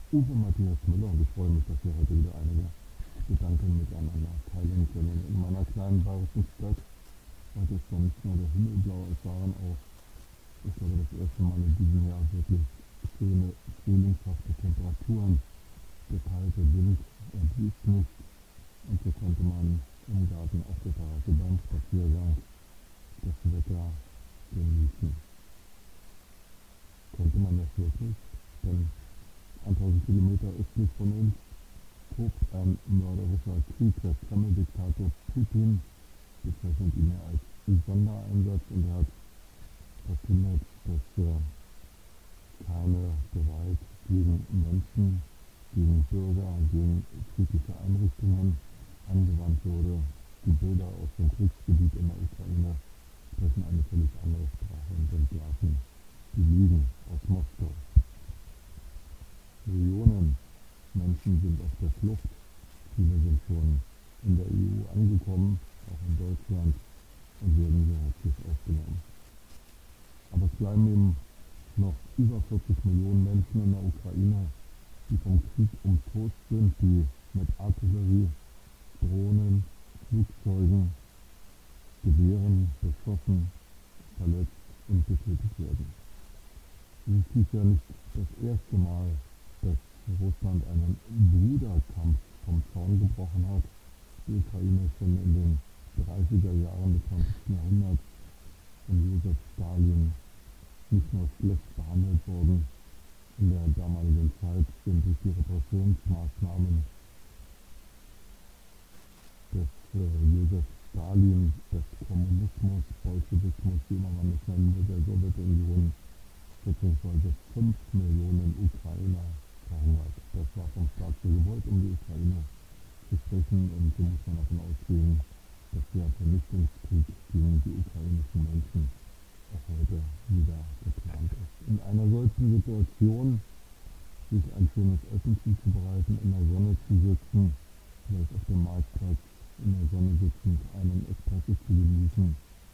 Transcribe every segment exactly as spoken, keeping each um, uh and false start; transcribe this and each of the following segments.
Uwe Matthias Müller und ich freue mich, dass wir heute wieder einige Gedanken miteinander teilen können. In meiner kleinen bayerischen Stadt heute ist dann nicht nur der Himmel blau, es waren auch, ich glaube, das erste Mal in diesem Jahr wirklich schöne frühlingshafte Temperaturen. Der kalte Wind, er blies nicht und so konnte man im Garten auf der Terrasse beim Spaziergang das Wetter genießen. Konnte man das wirklich? Denn tausend Kilometer östlich von uns tobt ein mörderischer Krieg. Der Kreml-Diktator Putin bezeichnet ihn ja als Sondereinsatz und er hat verkündet, dass äh, keine Gewalt gegen Menschen, gegen Bürger, gegen friedliche Einrichtungen angewandt wurde. Die Bilder aus dem Kriegsgebiet in der Ukraine sprechen eine völlig andere Sprache und entlarven die Lügen aus Moskau. Millionen Menschen sind auf der Flucht. Viele sind schon in der E U angekommen, auch in Deutschland, und werden hier herzlich aufgenommen. Aber es bleiben eben noch über vierzig Millionen Menschen in der Ukraine, die vom Krieg umtost sind, die mit Artillerie, Drohnen, Flugzeugen, Gewehren beschossen, verletzt und getötet werden. Es ist dies ja nicht das erste Mal, dass Russland einen Bruderkampf vom Zaun gebrochen hat. Die Ukraine ist schon in den dreißiger Jahren des zwanzigsten Jahrhunderts von Josef Stalin nicht nur schlecht behandelt worden. In der damaligen Zeit sind durch die Repressionsmaßnahmen des äh, Josef Stalin, des Kommunismus, Bolschewismus, wie immer man es nennen will, der Sowjetunion, beziehungsweise fünf Millionen Ukrainer verhungert. Das war vom Staat so gewollt, um die Ukraine zu sprechen, und so muss man davon ausgehen, dass der Vernichtungskrieg gegen die ukrainischen Menschen auch heute wieder geplant ist. In einer solchen Situation sich ein schönes Essen zuzubereiten, in der Sonne zu sitzen, vielleicht auf dem Marktplatz in der Sonne sitzend einen Espresso zu genießen,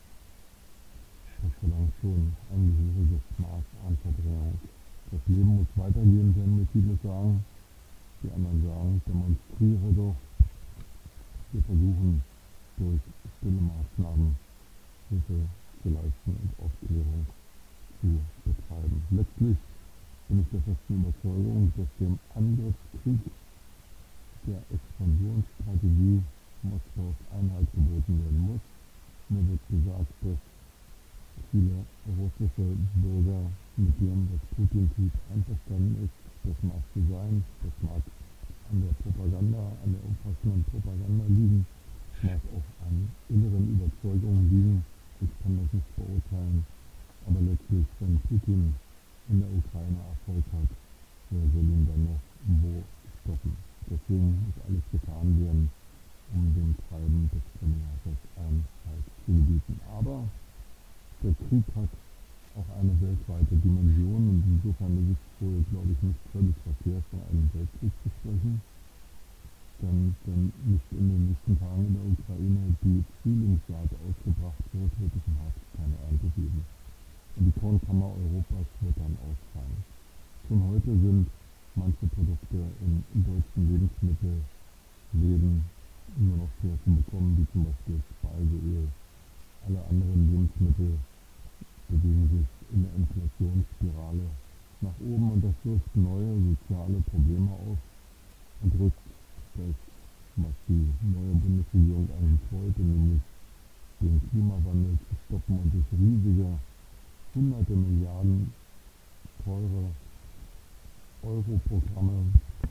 das verlangt schon ein gehöriges Maß an Verdrehung. Das Leben muss weitergehen, werden mir viele sagen. Die anderen sagen, demonstriere doch. Wir versuchen durch stille Maßnahmen Hilfe zu leisten und Aufklärung zu betreiben. Letztlich bin ich der festen Überzeugung, dass dem Angriffskrieg der Expansionsstrategie Moskaus Einhalt geboten werden muss. Mir wird gesagt, dass viele russische Bürger mit dem, was Putin tut, einverstanden ist. Das mag so sein, das mag an der Propaganda, an der umfassenden Propaganda liegen, es mag auch an inneren Überzeugungen liegen. Ich kann das nicht beurteilen, aber letztlich, wenn Putin in der Ukraine Erfolg hat, wer soll ihn dann noch wo stoppen? Deswegen muss alles getan werden, um dem Treiben des Kreml-Herrschers Einhalt zu gebieten. Aber der Krieg hat auch eine weltweite Dimension und insofern ist es wohl, glaube ich, nicht völlig verkehrt, von einem Weltkrieg zu sprechen. Denn wenn nicht in den nächsten Tagen in der Ukraine die Frühlingssaat ausgebracht wird, wird es im Herbst keine Ernte geben. Und die Kornkammer Europas wird dann ausfallen. Schon heute sind manche Produkte in deutschen Lebensmittelläden nur noch schwer zu bekommen, wie zum Beispiel Speiseöl. Alle anderen Lebensmittel bewegen sich in der Inflationsspirale nach oben und das wirft neue soziale Probleme auf und rückt das, was die neue Bundesregierung eigentlich wollte, nämlich den Klimawandel zu stoppen und durch riesige, hunderte Milliarden teure Euro-Programme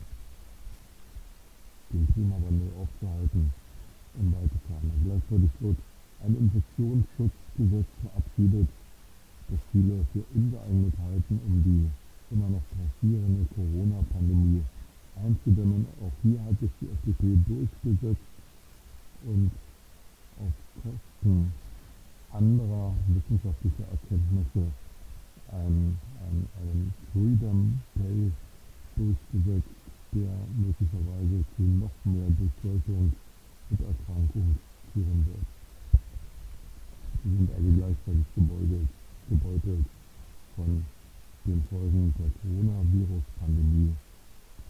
den Klimawandel aufzuhalten, in weite Ferne. Gleichzeitig wird ein Infektionsschutzgesetz verabschiedet, das viele für ungeeignet halten, um die immer noch grassierende Corona-Pandemie einzudämmen. Auch hier hat sich die F D P durchgesetzt und auf Kosten anderer wissenschaftlicher Erkenntnisse ein, ein, einen Freedom Day durchgesetzt, der möglicherweise zu noch mehr Durchseuchung und Erkrankung führen wird. Sie sind also gleichzeitig gebeutelt, gebeutelt von den Folgen der Coronavirus-Pandemie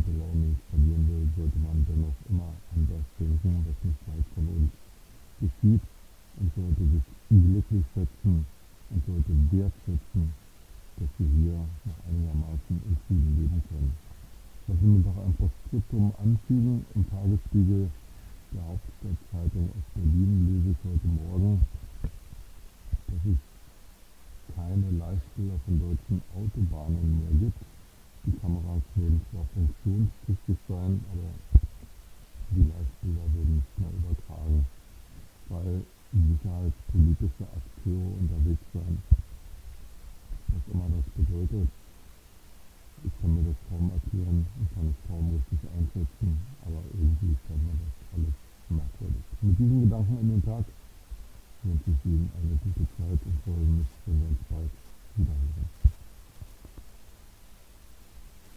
gute Laune nicht verlieren will, sollte man dennoch immer an das denken, was nicht weit von uns geschieht, und sollte sich glücklich schätzen und sollte wertschätzen, dass wir hier noch einigermaßen in Frieden leben können. Lassen wir doch ein Postskriptum anfügen. Im Tagesspiegel der Hauptstadtzeitung aus Berlin lese ich heute Morgen, dass es keine Leihspieler von deutschen Autobahnen mehr gibt. Die Kameras werden zwar funktionstüchtig sein, aber die Leihspieler werden nicht mehr übertragen, weil sicherheitspolitische Akteure unterwegs sein. Was immer das bedeutet, ich kann mir das kaum erklären und kann es kaum richtig einschätzen, aber irgendwie scheint mir das alles merkwürdig. Mit diesen Gedanken in den Tag wünsche ich Ihnen eine gute Zeit und freue mich, wenn wir uns bald wiederhören.